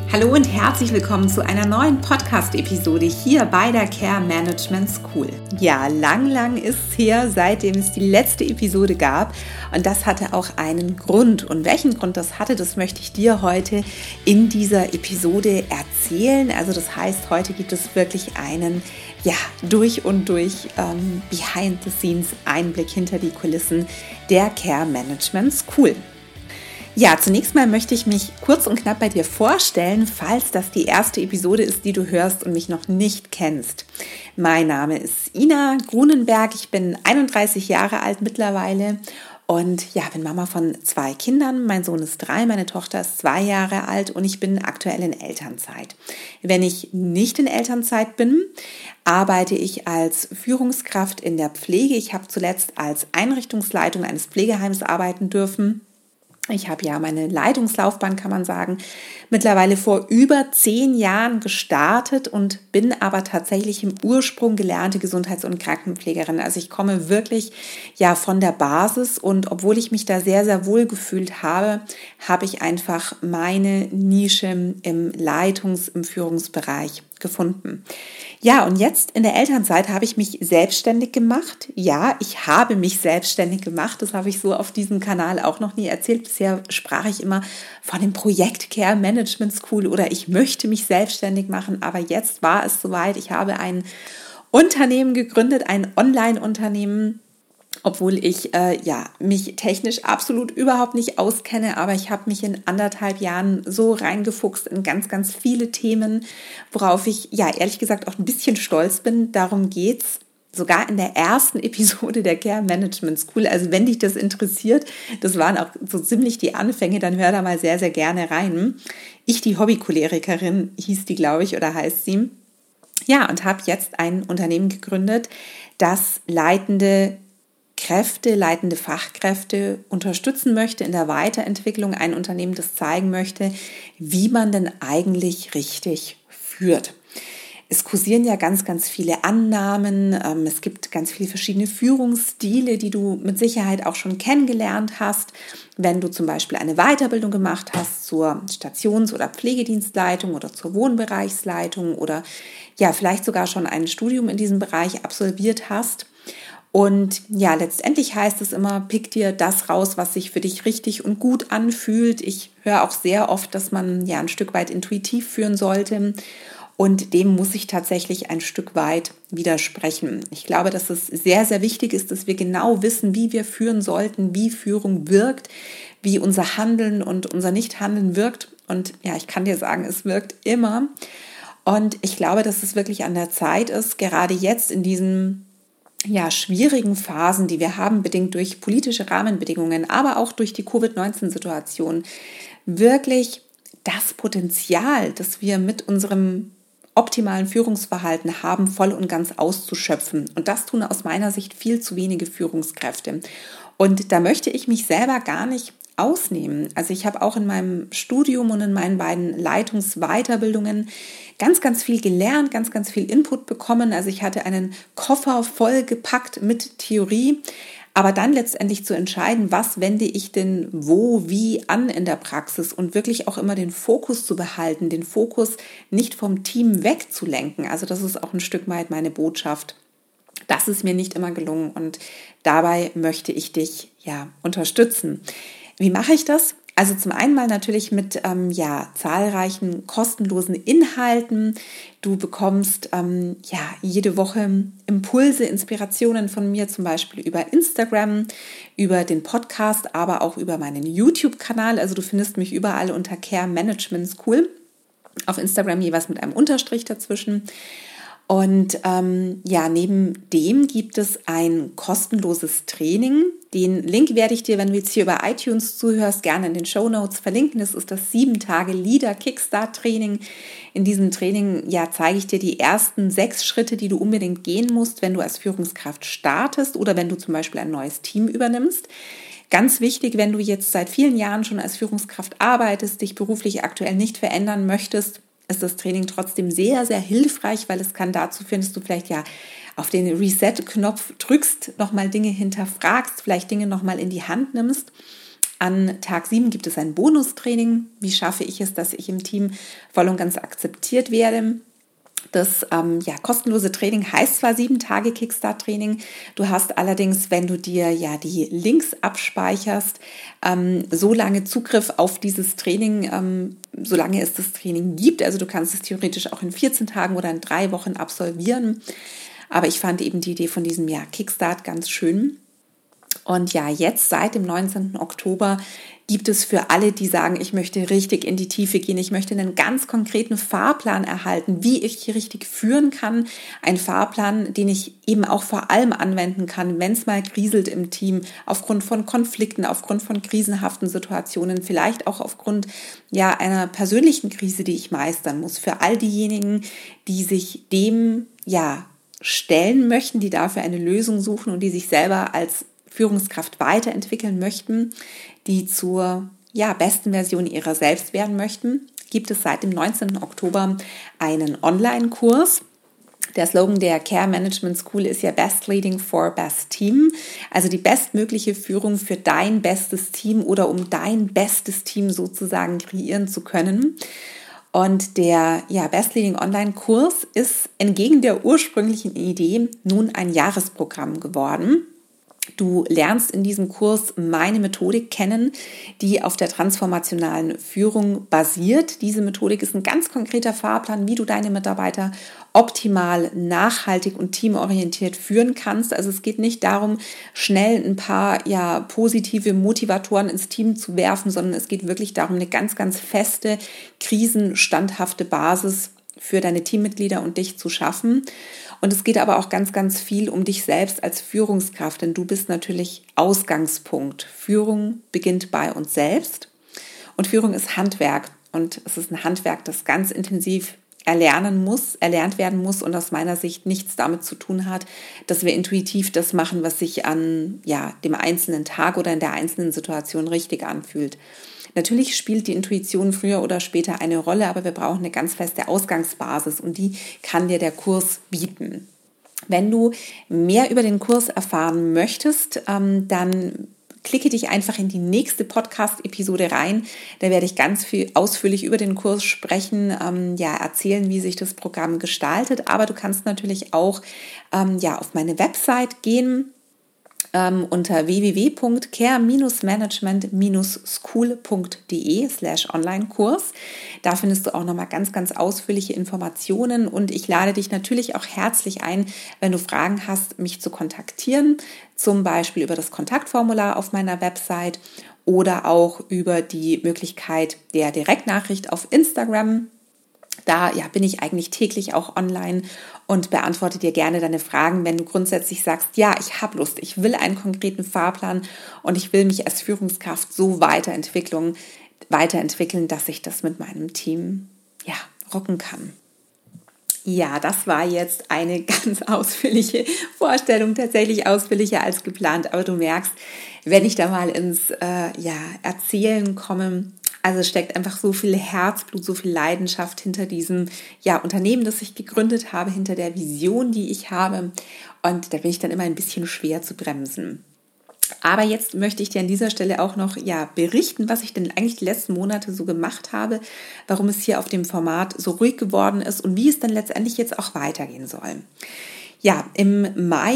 Hallo und herzlich willkommen zu einer neuen Podcast-Episode hier bei der Care Management School. Ja, lang ist es her, seitdem es die letzte Episode gab und das hatte auch einen Grund. Und welchen Grund das hatte, das möchte ich dir heute in dieser Episode erzählen. Also das heißt, heute gibt es wirklich einen durch und durch Behind-the-Scenes-Einblick hinter die Kulissen der Care Management School. Ja, zunächst mal möchte ich mich kurz und knapp bei dir vorstellen, falls das die erste Episode ist, die du hörst und mich noch nicht kennst. Mein Name ist Ina Grunenberg, ich bin 31 Jahre alt mittlerweile und bin Mama von 2 Kindern. Mein Sohn ist 3, meine Tochter ist 2 Jahre alt und ich bin aktuell in Elternzeit. Wenn ich nicht in Elternzeit bin, arbeite ich als Führungskraft in der Pflege. Ich habe zuletzt als Einrichtungsleitung eines Pflegeheims arbeiten dürfen. Ich habe ja meine Leitungslaufbahn, kann man sagen, mittlerweile vor über 10 Jahren gestartet und bin aber tatsächlich im Ursprung gelernte Gesundheits- und Krankenpflegerin. Also ich komme wirklich von der Basis und obwohl ich mich da sehr, sehr wohl gefühlt habe, habe ich einfach meine Nische im im Führungsbereich gefunden. Ja, und jetzt in der Elternzeit habe ich mich selbstständig gemacht. Ja, ich habe mich selbstständig gemacht. Das habe ich so auf diesem Kanal auch noch nie erzählt. Bisher sprach ich immer von dem Projekt Care Management School oder ich möchte mich selbstständig machen. Aber jetzt war es soweit. Ich habe ein Unternehmen gegründet, ein Online-Unternehmen, obwohl ich mich technisch absolut überhaupt nicht auskenne, aber ich habe mich in 1,5 Jahren so reingefuchst in ganz, ganz viele Themen, worauf ich ehrlich gesagt auch ein bisschen stolz bin. Darum geht's sogar in der ersten Episode der Care Management School. Also wenn dich das interessiert, das waren auch so ziemlich die Anfänge, dann hör da mal sehr, sehr gerne rein. Ich, die Hobbycholerikerin, hieß die, glaube ich, oder heißt sie. Ja, und habe jetzt ein Unternehmen gegründet, das leitende Fachkräfte unterstützen möchte in der Weiterentwicklung, ein Unternehmen, das zeigen möchte, wie man denn eigentlich richtig führt. Es kursieren ja ganz, ganz viele Annahmen. Es gibt ganz viele verschiedene Führungsstile, die du mit Sicherheit auch schon kennengelernt hast, wenn du zum Beispiel eine Weiterbildung gemacht hast zur Stations- oder Pflegedienstleitung oder zur Wohnbereichsleitung oder vielleicht sogar schon ein Studium in diesem Bereich absolviert hast. Und letztendlich heißt es immer, pick dir das raus, was sich für dich richtig und gut anfühlt. Ich höre auch sehr oft, dass man ein Stück weit intuitiv führen sollte. Und dem muss ich tatsächlich ein Stück weit widersprechen. Ich glaube, dass es sehr, sehr wichtig ist, dass wir genau wissen, wie wir führen sollten, wie Führung wirkt, wie unser Handeln und unser Nichthandeln wirkt. Und ich kann dir sagen, es wirkt immer. Und ich glaube, dass es wirklich an der Zeit ist, gerade jetzt in diesen schwierigen Phasen, die wir haben, bedingt durch politische Rahmenbedingungen, aber auch durch die Covid-19-Situation, wirklich das Potenzial, das wir mit unserem optimalen Führungsverhalten haben, voll und ganz auszuschöpfen. Und das tun aus meiner Sicht viel zu wenige Führungskräfte. Und da möchte ich mich selber gar nicht ausnehmen. Also ich habe auch in meinem Studium und in meinen beiden Leitungsweiterbildungen ganz, ganz viel gelernt, ganz, ganz viel Input bekommen. Also ich hatte einen Koffer voll gepackt mit Theorie, aber dann letztendlich zu entscheiden, was wende ich denn wo, wie an in der Praxis und wirklich auch immer den Fokus zu behalten, den Fokus nicht vom Team wegzulenken. Also das ist auch ein Stück weit meine Botschaft. Das ist mir nicht immer gelungen und dabei möchte ich dich unterstützen. Wie mache ich das? Also zum einen mal natürlich mit zahlreichen kostenlosen Inhalten. Du bekommst jede Woche Impulse, Inspirationen von mir, zum Beispiel über Instagram, über den Podcast, aber auch über meinen YouTube-Kanal. Also du findest mich überall unter Care Management School. Auf Instagram jeweils mit einem Unterstrich dazwischen. Und neben dem gibt es ein kostenloses Training. Den Link werde ich dir, wenn du jetzt hier über iTunes zuhörst, gerne in den Shownotes verlinken. Das ist das 7-Tage-Leader-Kickstart-Training. In diesem Training zeige ich dir die ersten 6 Schritte, die du unbedingt gehen musst, wenn du als Führungskraft startest oder wenn du zum Beispiel ein neues Team übernimmst. Ganz wichtig, wenn du jetzt seit vielen Jahren schon als Führungskraft arbeitest, dich beruflich aktuell nicht verändern möchtest, ist das Training trotzdem sehr, sehr hilfreich, weil es kann dazu führen, dass du vielleicht auf den Reset-Knopf drückst, nochmal Dinge hinterfragst, vielleicht Dinge nochmal in die Hand nimmst. An Tag 7 gibt es ein Bonustraining. Wie schaffe ich es, dass ich im Team voll und ganz akzeptiert werde? Das kostenlose Training heißt zwar 7 Tage Kickstart-Training, du hast allerdings, wenn du dir die Links abspeicherst, so lange Zugriff auf dieses Training, solange es das Training gibt. Also du kannst es theoretisch auch in 14 Tagen oder in 3 Wochen absolvieren. Aber ich fand eben die Idee von diesem Kickstart ganz schön. Und jetzt seit dem 19. Oktober gibt es für alle, die sagen, ich möchte richtig in die Tiefe gehen, ich möchte einen ganz konkreten Fahrplan erhalten, wie ich hier richtig führen kann. Ein Fahrplan, den ich eben auch vor allem anwenden kann, wenn es mal kriselt im Team, aufgrund von Konflikten, aufgrund von krisenhaften Situationen, vielleicht auch aufgrund einer persönlichen Krise, die ich meistern muss. Für all diejenigen, die sich dem stellen möchten, die dafür eine Lösung suchen und die sich selber als Führungskraft weiterentwickeln möchten, die zur besten Version ihrer selbst werden möchten, gibt es seit dem 19. Oktober einen Online-Kurs. Der Slogan der Care Management School ist Best Leading for Best Team, also die bestmögliche Führung für dein bestes Team oder um dein bestes Team sozusagen kreieren zu können. Und der Best Leading Online-Kurs ist entgegen der ursprünglichen Idee nun ein Jahresprogramm geworden. Du lernst in diesem Kurs meine Methodik kennen, die auf der transformationalen Führung basiert. Diese Methodik ist ein ganz konkreter Fahrplan, wie du deine Mitarbeiter optimal, nachhaltig und teamorientiert führen kannst. Also es geht nicht darum, schnell ein paar positive Motivatoren ins Team zu werfen, sondern es geht wirklich darum, eine ganz, ganz feste, krisenstandhafte Basis für deine Teammitglieder und dich zu schaffen. Und es geht aber auch ganz, ganz viel um dich selbst als Führungskraft, denn du bist natürlich Ausgangspunkt. Führung beginnt bei uns selbst und Führung ist Handwerk und es ist ein Handwerk, das ganz intensiv erlernt werden muss und aus meiner Sicht nichts damit zu tun hat, dass wir intuitiv das machen, was sich an dem einzelnen Tag oder in der einzelnen Situation richtig anfühlt. Natürlich spielt die Intuition früher oder später eine Rolle, aber wir brauchen eine ganz feste Ausgangsbasis und die kann dir der Kurs bieten. Wenn du mehr über den Kurs erfahren möchtest, dann klicke dich einfach in die nächste Podcast-Episode rein. Da werde ich ganz viel ausführlich über den Kurs sprechen, erzählen, wie sich das Programm gestaltet. Aber du kannst natürlich auch auf meine Website gehen. Unter www.care-management-school.de/Online-Kurs. Da findest du auch nochmal ganz, ganz ausführliche Informationen und ich lade dich natürlich auch herzlich ein, wenn du Fragen hast, mich zu kontaktieren, zum Beispiel über das Kontaktformular auf meiner Website oder auch über die Möglichkeit der Direktnachricht auf Instagram. Da bin ich eigentlich täglich auch online und beantworte dir gerne deine Fragen, wenn du grundsätzlich sagst, ich habe Lust, ich will einen konkreten Fahrplan und ich will mich als Führungskraft so weiterentwickeln, dass ich das mit meinem Team rocken kann. Ja, das war jetzt eine ganz ausführliche Vorstellung, tatsächlich ausführlicher als geplant, aber du merkst, wenn ich da mal ins Erzählen komme, also es steckt einfach so viel Herzblut, so viel Leidenschaft hinter diesem Unternehmen, das ich gegründet habe, hinter der Vision, die ich habe. Und da bin ich dann immer ein bisschen schwer zu bremsen. Aber jetzt möchte ich dir an dieser Stelle auch noch berichten, was ich denn eigentlich die letzten Monate so gemacht habe, warum es hier auf dem Format so ruhig geworden ist und wie es dann letztendlich jetzt auch weitergehen soll. Ja, Ende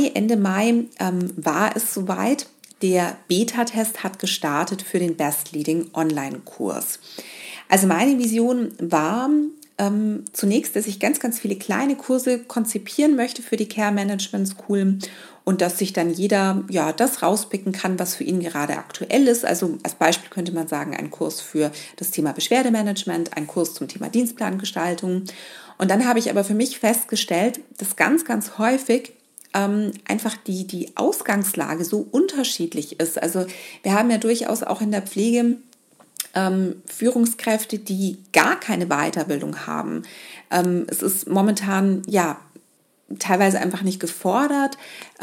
Mai war es soweit. Der Beta-Test hat gestartet für den Best Leading Online-Kurs. Also meine Vision war zunächst, dass ich ganz, ganz viele kleine Kurse konzipieren möchte für die Care Management School und dass sich dann jeder das rauspicken kann, was für ihn gerade aktuell ist. Also als Beispiel könnte man sagen, ein Kurs für das Thema Beschwerdemanagement, ein Kurs zum Thema Dienstplangestaltung. Und dann habe ich aber für mich festgestellt, dass ganz, ganz häufig einfach die Ausgangslage so unterschiedlich ist. Also wir haben ja durchaus auch in der Pflege Führungskräfte, die gar keine Weiterbildung haben. Es ist momentan teilweise einfach nicht gefordert.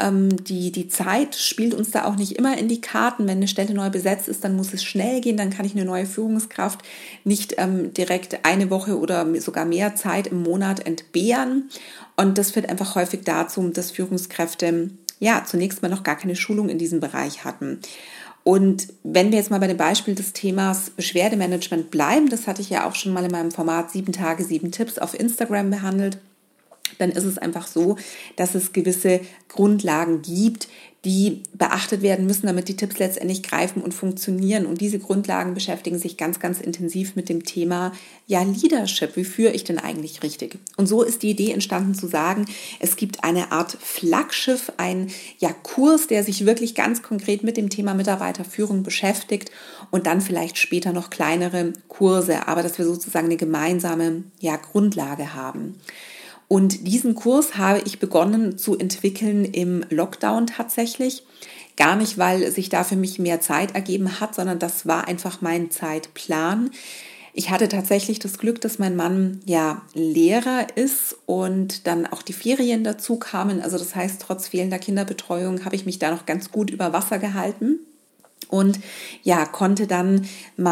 Die Zeit spielt uns da auch nicht immer in die Karten. Wenn eine Stelle neu besetzt ist, dann muss es schnell gehen. Dann kann ich eine neue Führungskraft nicht direkt eine Woche oder sogar mehr Zeit im Monat entbehren. Und das führt einfach häufig dazu, dass Führungskräfte zunächst mal noch gar keine Schulung in diesem Bereich hatten. Und wenn wir jetzt mal bei dem Beispiel des Themas Beschwerdemanagement bleiben, das hatte ich ja auch schon mal in meinem Format 7 Tage, 7 Tipps auf Instagram behandelt, dann ist es einfach so, dass es gewisse Grundlagen gibt, die beachtet werden müssen, damit die Tipps letztendlich greifen und funktionieren. Und diese Grundlagen beschäftigen sich ganz, ganz intensiv mit dem Thema Leadership. Wie führe ich denn eigentlich richtig? Und so ist die Idee entstanden zu sagen, es gibt eine Art Flaggschiff, ein Kurs, der sich wirklich ganz konkret mit dem Thema Mitarbeiterführung beschäftigt und dann vielleicht später noch kleinere Kurse, aber dass wir sozusagen eine gemeinsame Grundlage haben. Und diesen Kurs habe ich begonnen zu entwickeln im Lockdown tatsächlich. Gar nicht, weil sich da für mich mehr Zeit ergeben hat, sondern das war einfach mein Zeitplan. Ich hatte tatsächlich das Glück, dass mein Mann Lehrer ist und dann auch die Ferien dazu kamen. Also das heißt, trotz fehlender Kinderbetreuung habe ich mich da noch ganz gut über Wasser gehalten. Und konnte dann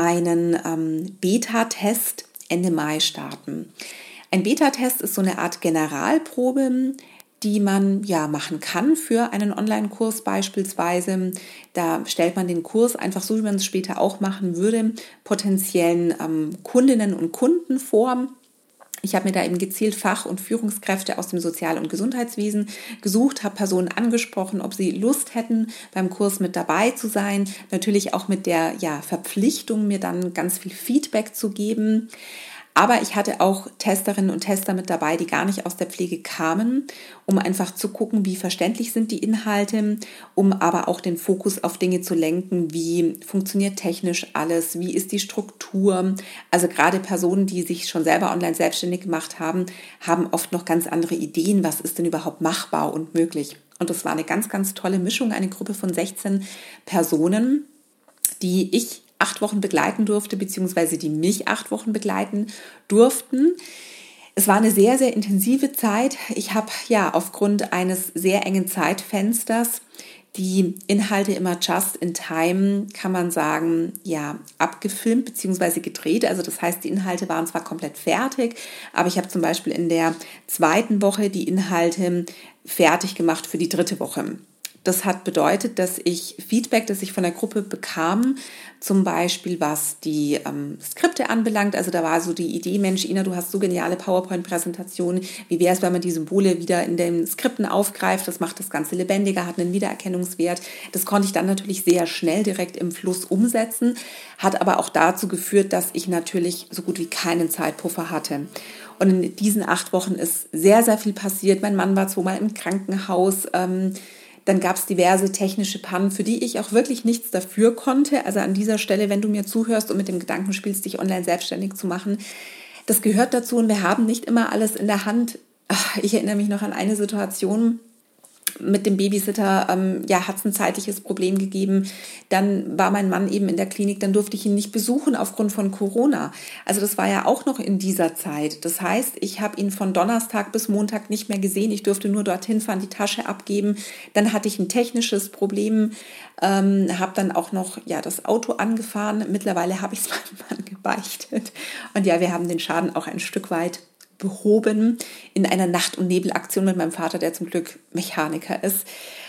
meinen Beta-Test Ende Mai starten. Ein Beta-Test ist so eine Art Generalprobe, die man machen kann für einen Online-Kurs beispielsweise. Da stellt man den Kurs einfach so, wie man es später auch machen würde, potenziellen Kundinnen und Kunden vor. Ich habe mir da eben gezielt Fach- und Führungskräfte aus dem Sozial- und Gesundheitswesen gesucht, habe Personen angesprochen, ob sie Lust hätten, beim Kurs mit dabei zu sein. Natürlich auch mit der Verpflichtung, mir dann ganz viel Feedback zu geben. Aber ich hatte auch Testerinnen und Tester mit dabei, die gar nicht aus der Pflege kamen, um einfach zu gucken, wie verständlich sind die Inhalte, um aber auch den Fokus auf Dinge zu lenken, wie funktioniert technisch alles, wie ist die Struktur. Also gerade Personen, die sich schon selber online selbstständig gemacht haben, haben oft noch ganz andere Ideen, was ist denn überhaupt machbar und möglich. Und das war eine ganz, ganz tolle Mischung, eine Gruppe von 16 Personen, die ich 8 Wochen begleiten durfte, beziehungsweise die mich 8 Wochen begleiten durften. Es war eine sehr, sehr intensive Zeit. Ich habe aufgrund eines sehr engen Zeitfensters die Inhalte immer just in time, kann man sagen, abgefilmt bzw. gedreht. Also das heißt, die Inhalte waren zwar komplett fertig, aber ich habe zum Beispiel in der 2. Woche die Inhalte fertig gemacht für die 3. Woche. Das hat bedeutet, dass ich Feedback, das ich von der Gruppe bekam, zum Beispiel was die Skripte anbelangt. Also da war so die Idee, Mensch, Ina, du hast so geniale PowerPoint-Präsentationen. Wie wäre es, wenn man die Symbole wieder in den Skripten aufgreift? Das macht das Ganze lebendiger, hat einen Wiedererkennungswert. Das konnte ich dann natürlich sehr schnell direkt im Fluss umsetzen, hat aber auch dazu geführt, dass ich natürlich so gut wie keinen Zeitpuffer hatte. Und in diesen 8 Wochen ist sehr, sehr viel passiert. Mein Mann war 2-mal im Krankenhaus. Dann gab es diverse technische Pannen, für die ich auch wirklich nichts dafür konnte. Also an dieser Stelle, wenn du mir zuhörst und mit dem Gedanken spielst, dich online selbstständig zu machen, das gehört dazu und wir haben nicht immer alles in der Hand. Ich erinnere mich noch an eine Situation mit dem Babysitter, hat es ein zeitliches Problem gegeben. Dann war mein Mann eben in der Klinik, dann durfte ich ihn nicht besuchen aufgrund von Corona. Also das war ja auch noch in dieser Zeit. Das heißt, ich habe ihn von Donnerstag bis Montag nicht mehr gesehen. Ich durfte nur dorthin fahren, die Tasche abgeben. Dann hatte ich ein technisches Problem, habe dann auch noch das Auto angefahren. Mittlerweile habe ich es meinem Mann gebeichtet. Und wir haben den Schaden auch ein Stück weit behoben in einer Nacht- und Nebelaktion mit meinem Vater, der zum Glück Mechaniker ist.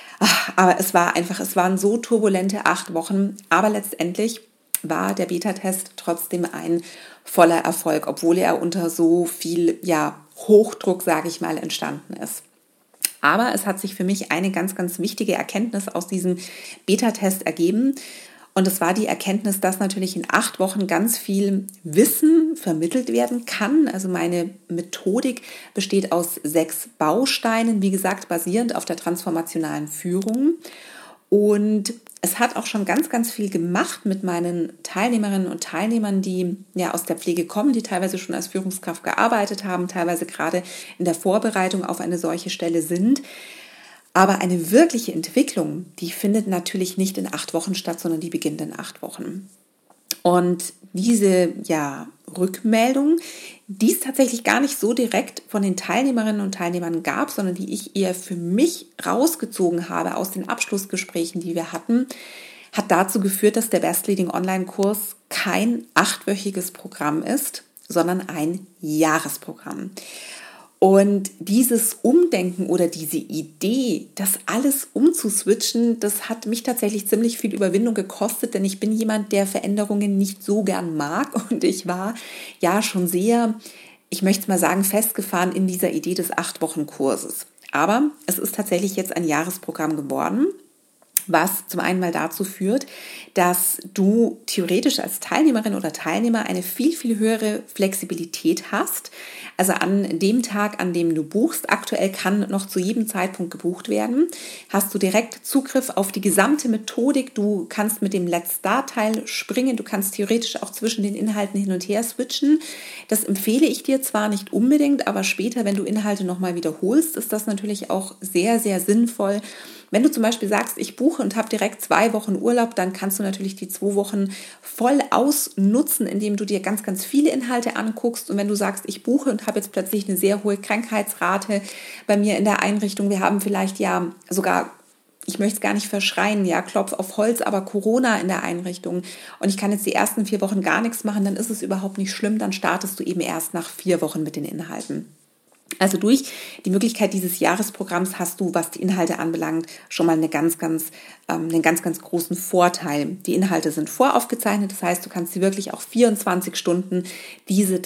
Aber es waren so turbulente 8 Wochen. Aber letztendlich war der Beta-Test trotzdem ein voller Erfolg, obwohl er unter so viel Hochdruck, sage ich mal, entstanden ist. Aber es hat sich für mich eine ganz, ganz wichtige Erkenntnis aus diesem Beta-Test ergeben. Und es war die Erkenntnis, dass natürlich in 8 Wochen ganz viel Wissen vermittelt werden kann. Also meine Methodik besteht aus 6 Bausteinen, wie gesagt, basierend auf der transformationalen Führung. Und es hat auch schon ganz, ganz viel gemacht mit meinen Teilnehmerinnen und Teilnehmern, die aus der Pflege kommen, die teilweise schon als Führungskraft gearbeitet haben, teilweise gerade in der Vorbereitung auf eine solche Stelle sind. Aber eine wirkliche Entwicklung, die findet natürlich nicht in 8 Wochen statt, sondern die beginnt in 8 Wochen. Und diese Rückmeldung, die es tatsächlich gar nicht so direkt von den Teilnehmerinnen und Teilnehmern gab, sondern die ich eher für mich rausgezogen habe aus den Abschlussgesprächen, die wir hatten, hat dazu geführt, dass der Best Leading Online-Kurs kein 8-wöchiges Programm ist, sondern ein Jahresprogramm. Und dieses Umdenken oder diese Idee, das alles umzuswitchen, das hat mich tatsächlich ziemlich viel Überwindung gekostet, denn ich bin jemand, der Veränderungen nicht so gern mag. Und ich war ja schon sehr, ich möchte es mal sagen, festgefahren in dieser Idee des 8-Wochen-Kurses. Aber es ist tatsächlich jetzt ein Jahresprogramm geworden, was zum einen mal dazu führt, dass du theoretisch als Teilnehmerin oder Teilnehmer eine viel, viel höhere Flexibilität hast. Also an dem Tag, an dem du buchst, aktuell kann noch zu jedem Zeitpunkt gebucht werden, hast du direkt Zugriff auf die gesamte Methodik. Du kannst mit dem Let's Start-Teil springen, du kannst theoretisch auch zwischen den Inhalten hin und her switchen. Das empfehle ich dir zwar nicht unbedingt, aber später, wenn du Inhalte nochmal wiederholst, ist das natürlich auch sehr, sehr sinnvoll. Wenn du zum Beispiel sagst, ich buche und habe direkt 2 Wochen Urlaub, dann kannst du natürlich die 2 Wochen voll ausnutzen, indem du dir ganz, ganz viele Inhalte anguckst. Und wenn du sagst, ich buche und habe jetzt plötzlich eine sehr hohe Krankheitsrate bei mir in der Einrichtung, wir haben vielleicht ja sogar, ich möchte es gar nicht verschreien, ja, Klopf auf Holz, aber Corona in der Einrichtung und ich kann jetzt die ersten 4 Wochen gar nichts machen, dann ist es überhaupt nicht schlimm, dann startest du eben erst nach 4 Wochen mit den Inhalten. Also durch die Möglichkeit dieses Jahresprogramms hast du, was die Inhalte anbelangt, schon mal einen ganz, ganz großen Vorteil. Die Inhalte sind voraufgezeichnet, das heißt, du kannst sie wirklich auch 24 Stunden diese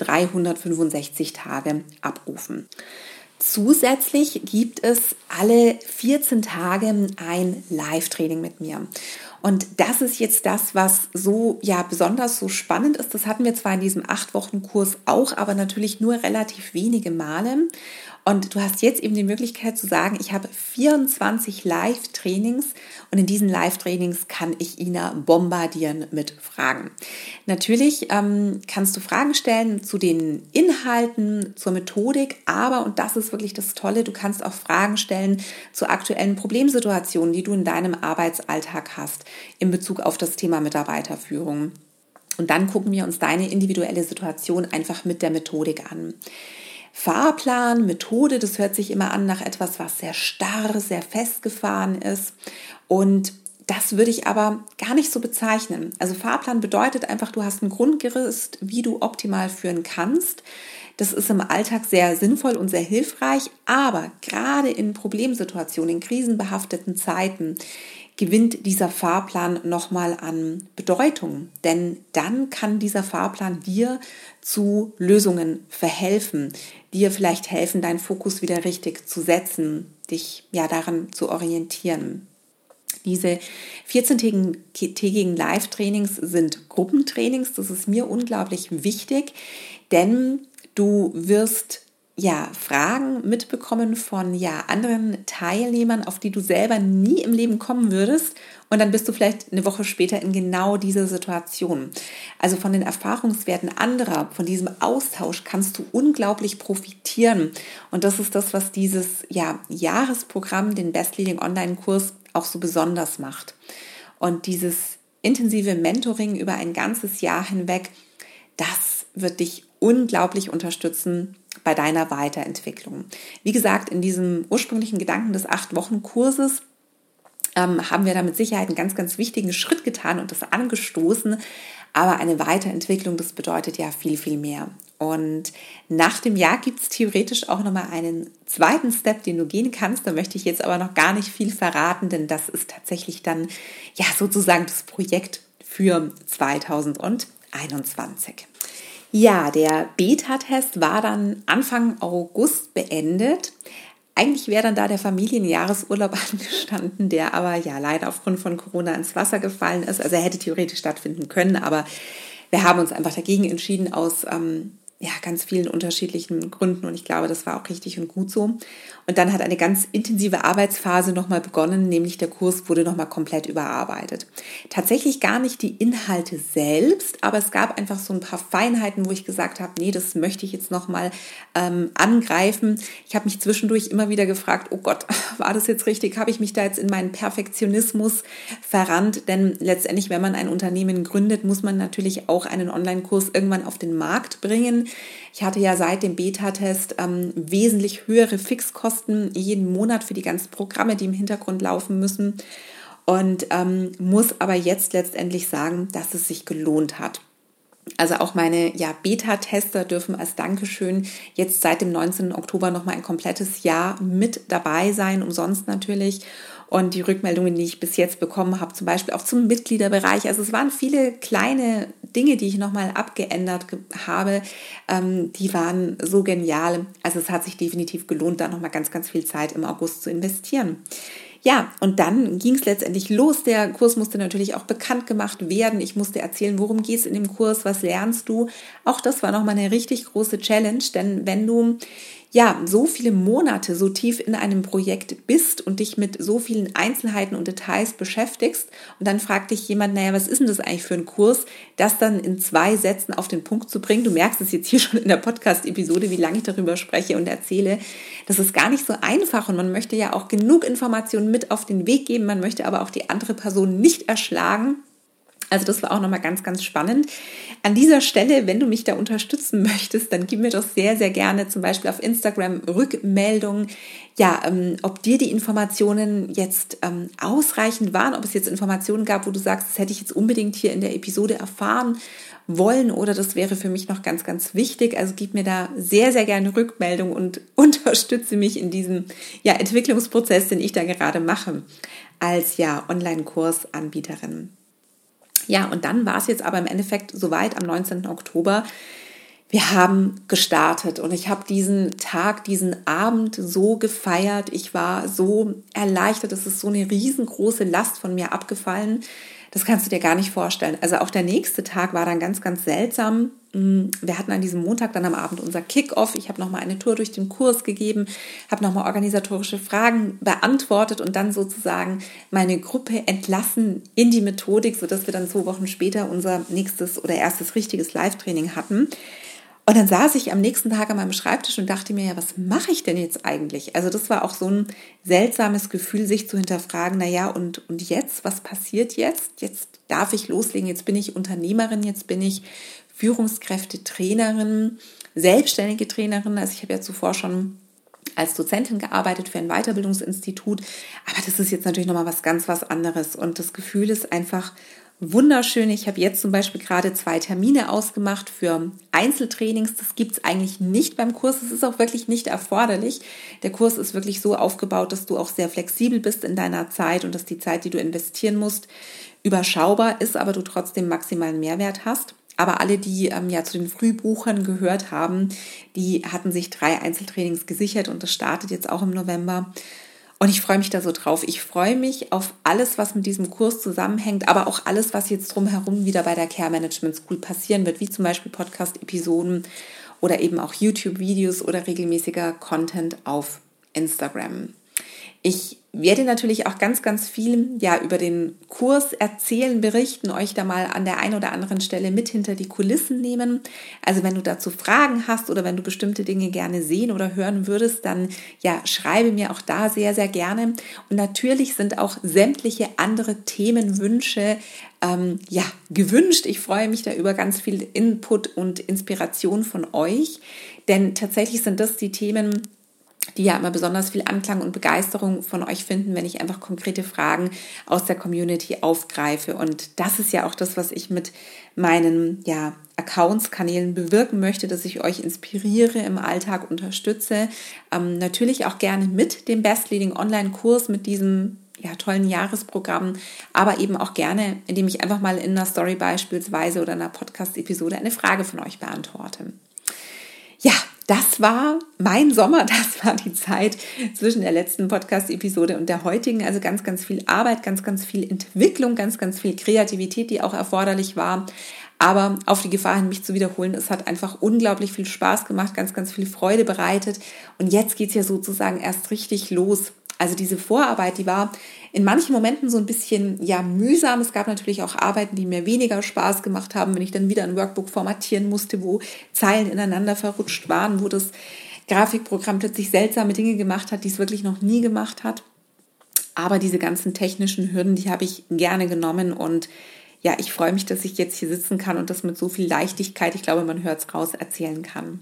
365 Tage abrufen. Zusätzlich gibt es alle 14 Tage ein Live-Training mit mir. Und das ist jetzt das, was so besonders so spannend ist. Das hatten wir zwar in diesem 8-Wochen-Kurs auch, aber natürlich nur relativ wenige Male. Und du hast jetzt eben die Möglichkeit zu sagen, ich habe 24 Live-Trainings und in diesen Live-Trainings kann ich Ina bombardieren mit Fragen. Natürlich kannst du Fragen stellen zu den Inhalten, zur Methodik, aber, und das ist wirklich das Tolle, du kannst auch Fragen stellen zu aktuellen Problemsituationen, die du in deinem Arbeitsalltag hast in Bezug auf das Thema Mitarbeiterführung. Und dann gucken wir uns deine individuelle Situation einfach mit der Methodik an. Fahrplan, Methode, das hört sich immer an nach etwas, was sehr starr, sehr festgefahren ist. Und das würde ich aber gar nicht so bezeichnen. Also Fahrplan bedeutet einfach, du hast ein Grundgerüst, wie du optimal führen kannst. Das ist im Alltag sehr sinnvoll und sehr hilfreich, aber gerade in Problemsituationen, in krisenbehafteten Zeiten, gewinnt dieser Fahrplan nochmal an Bedeutung. Denn dann kann dieser Fahrplan dir zu Lösungen verhelfen, dir vielleicht helfen, deinen Fokus wieder richtig zu setzen, dich daran zu orientieren. Diese 14-tägigen Live-Trainings sind Gruppentrainings. Das ist mir unglaublich wichtig, denn du wirst Fragen mitbekommen von anderen Teilnehmern, auf die du selber nie im Leben kommen würdest. Und dann bist du vielleicht eine Woche später in genau dieser Situation. Also von den Erfahrungswerten anderer, von diesem Austausch kannst du unglaublich profitieren. Und das ist das, was dieses Jahresprogramm, den Best Leading Online-Kurs, auch so besonders macht. Und dieses intensive Mentoring über ein ganzes Jahr hinweg, das wird dich unglaublich unterstützen bei deiner Weiterentwicklung. Wie gesagt, in diesem ursprünglichen Gedanken des 8-Wochen-Kurses haben wir da mit Sicherheit einen ganz, ganz wichtigen Schritt getan und das angestoßen. Aber eine Weiterentwicklung, das bedeutet ja viel, viel mehr. Und nach dem Jahr gibt es theoretisch auch nochmal einen zweiten Step, den du gehen kannst. Da möchte ich jetzt aber noch gar nicht viel verraten, denn das ist tatsächlich dann sozusagen das Projekt für 2021. Ja, der Beta-Test war dann Anfang August beendet. Eigentlich wäre dann da der Familienjahresurlaub angestanden, der aber leider aufgrund von Corona ins Wasser gefallen ist. Also er hätte theoretisch stattfinden können, aber wir haben uns einfach dagegen entschieden aus ganz vielen unterschiedlichen Gründen und ich glaube, das war auch richtig und gut so. Und dann hat eine ganz intensive Arbeitsphase nochmal begonnen, nämlich der Kurs wurde nochmal komplett überarbeitet. Tatsächlich gar nicht die Inhalte selbst, aber es gab einfach so ein paar Feinheiten, wo ich gesagt habe, nee, das möchte ich jetzt nochmal angreifen. Ich habe mich zwischendurch immer wieder gefragt, oh Gott, war das jetzt richtig? Habe ich mich da jetzt in meinen Perfektionismus verrannt? Denn letztendlich, wenn man ein Unternehmen gründet, muss man natürlich auch einen Online-Kurs irgendwann auf den Markt bringen. Ich hatte ja seit dem Beta-Test wesentlich höhere Fixkosten jeden Monat für die ganzen Programme, die im Hintergrund laufen müssen und muss aber jetzt letztendlich sagen, dass es sich gelohnt hat. Also auch meine Beta-Tester dürfen als Dankeschön jetzt seit dem 19. Oktober nochmal ein komplettes Jahr mit dabei sein, umsonst natürlich. Und die Rückmeldungen, die ich bis jetzt bekommen habe, zum Beispiel auch zum Mitgliederbereich. Also es waren viele kleine Dinge, die ich nochmal abgeändert habe. Die waren so genial. Also es hat sich definitiv gelohnt, da nochmal ganz, ganz viel Zeit im August zu investieren. Ja, und dann ging es letztendlich los. Der Kurs musste natürlich auch bekannt gemacht werden. Ich musste erzählen, worum geht es in dem Kurs, was lernst du. Auch das war nochmal eine richtig große Challenge, denn wenn du so viele Monate so tief in einem Projekt bist und dich mit so vielen Einzelheiten und Details beschäftigst und dann fragt dich jemand, was ist denn das eigentlich für ein Kurs, das dann in 2 Sätzen auf den Punkt zu bringen. Du merkst es jetzt hier schon in der Podcast-Episode, wie lange ich darüber spreche und erzähle. Das ist gar nicht so einfach und man möchte ja auch genug Informationen mit auf den Weg geben, man möchte aber auch die andere Person nicht erschlagen. Also das war auch nochmal ganz, ganz spannend. An dieser Stelle, wenn du mich da unterstützen möchtest, dann gib mir doch sehr, sehr gerne zum Beispiel auf Instagram Rückmeldungen, ob dir die Informationen jetzt ausreichend waren, ob es jetzt Informationen gab, wo du sagst, das hätte ich jetzt unbedingt hier in der Episode erfahren wollen oder das wäre für mich noch ganz, ganz wichtig. Also gib mir da sehr, sehr gerne Rückmeldung und unterstütze mich in diesem Entwicklungsprozess, den ich da gerade mache als Online-Kursanbieterin. Ja, und dann war es jetzt aber im Endeffekt soweit am 19. Oktober. Wir haben gestartet und ich habe diesen Tag, diesen Abend so gefeiert. Ich war so erleichtert, es ist so eine riesengroße Last von mir abgefallen. Das kannst du dir gar nicht vorstellen. Also auch der nächste Tag war dann ganz, ganz seltsam. Wir hatten an diesem Montag dann am Abend unser Kick-Off. Ich habe nochmal eine Tour durch den Kurs gegeben, habe nochmal organisatorische Fragen beantwortet und dann sozusagen meine Gruppe entlassen in die Methodik, sodass wir dann 2 Wochen später unser nächstes oder erstes richtiges Live-Training hatten. Und dann saß ich am nächsten Tag an meinem Schreibtisch und dachte mir, was mache ich denn jetzt eigentlich? Also das war auch so ein seltsames Gefühl, sich zu hinterfragen, und jetzt, was passiert jetzt? Jetzt darf ich loslegen, jetzt bin ich Unternehmerin, jetzt bin ich Führungskräfte-Trainerin, selbstständige Trainerin. Also ich habe ja zuvor schon als Dozentin gearbeitet für ein Weiterbildungsinstitut, aber das ist jetzt natürlich nochmal was anderes und das Gefühl ist einfach wunderschön. Ich habe jetzt zum Beispiel gerade 2 Termine ausgemacht für Einzeltrainings. Das gibt es eigentlich nicht beim Kurs. Es ist auch wirklich nicht erforderlich. Der Kurs ist wirklich so aufgebaut, dass du auch sehr flexibel bist in deiner Zeit und dass die Zeit, die du investieren musst, überschaubar ist, aber du trotzdem maximalen Mehrwert hast. Aber alle, die zu den Frühbuchern gehört haben, die hatten sich 3 Einzeltrainings gesichert und das startet jetzt auch im November. Und ich freue mich da so drauf. Ich freue mich auf alles, was mit diesem Kurs zusammenhängt, aber auch alles, was jetzt drumherum wieder bei der Care Management School passieren wird, wie zum Beispiel Podcast-Episoden oder eben auch YouTube-Videos oder regelmäßiger Content auf Instagram. Ich werde natürlich auch ganz, ganz viel über den Kurs erzählen, berichten, euch da mal an der einen oder anderen Stelle mit hinter die Kulissen nehmen. Also wenn du dazu Fragen hast oder wenn du bestimmte Dinge gerne sehen oder hören würdest, dann schreibe mir auch da sehr, sehr gerne. Und natürlich sind auch sämtliche andere Themenwünsche gewünscht. Ich freue mich da über ganz viel Input und Inspiration von euch, denn tatsächlich sind das die Themen, die immer besonders viel Anklang und Begeisterung von euch finden, wenn ich einfach konkrete Fragen aus der Community aufgreife. Und das ist ja auch das, was ich mit meinen Accounts, Kanälen bewirken möchte, dass ich euch inspiriere, im Alltag unterstütze. Natürlich auch gerne mit dem Best Leading Online-Kurs, mit diesem tollen Jahresprogramm, aber eben auch gerne, indem ich einfach mal in einer Story beispielsweise oder einer Podcast-Episode eine Frage von euch beantworte. Das war mein Sommer, das war die Zeit zwischen der letzten Podcast-Episode und der heutigen. Also ganz, ganz viel Arbeit, ganz, ganz viel Entwicklung, ganz, ganz viel Kreativität, die auch erforderlich war. Aber auf die Gefahr hin, mich zu wiederholen, es hat einfach unglaublich viel Spaß gemacht, ganz, ganz viel Freude bereitet. Und jetzt geht's ja sozusagen erst richtig los. Also diese Vorarbeit, die war in manchen Momenten so ein bisschen mühsam. Es gab natürlich auch Arbeiten, die mir weniger Spaß gemacht haben, wenn ich dann wieder ein Workbook formatieren musste, wo Zeilen ineinander verrutscht waren, wo das Grafikprogramm plötzlich seltsame Dinge gemacht hat, die es wirklich noch nie gemacht hat. Aber diese ganzen technischen Hürden, die habe ich gerne genommen und ich freue mich, dass ich jetzt hier sitzen kann und das mit so viel Leichtigkeit, ich glaube, man hört es raus, erzählen kann.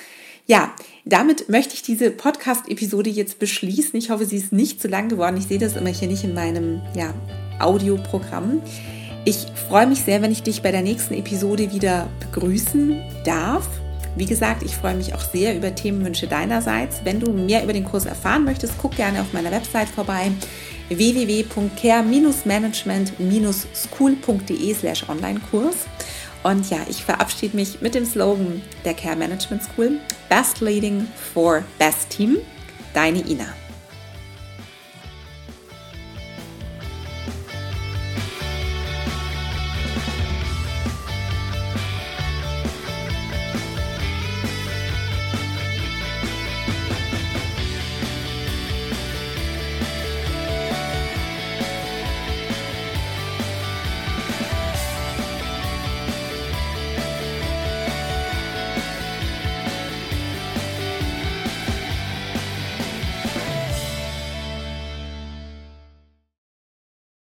Damit möchte ich diese Podcast-Episode jetzt beschließen. Ich hoffe, sie ist nicht zu lang geworden. Ich sehe das immer hier nicht in meinem Audioprogramm. Ich freue mich sehr, wenn ich dich bei der nächsten Episode wieder begrüßen darf. Wie gesagt, ich freue mich auch sehr über Themenwünsche deinerseits. Wenn du mehr über den Kurs erfahren möchtest, guck gerne auf meiner Website vorbei, www.care-management-school.de/Online-Kurs. Und ja, ich verabschiede mich mit dem Slogan der Care Management School: Best Leading for Best Team. Deine Ina.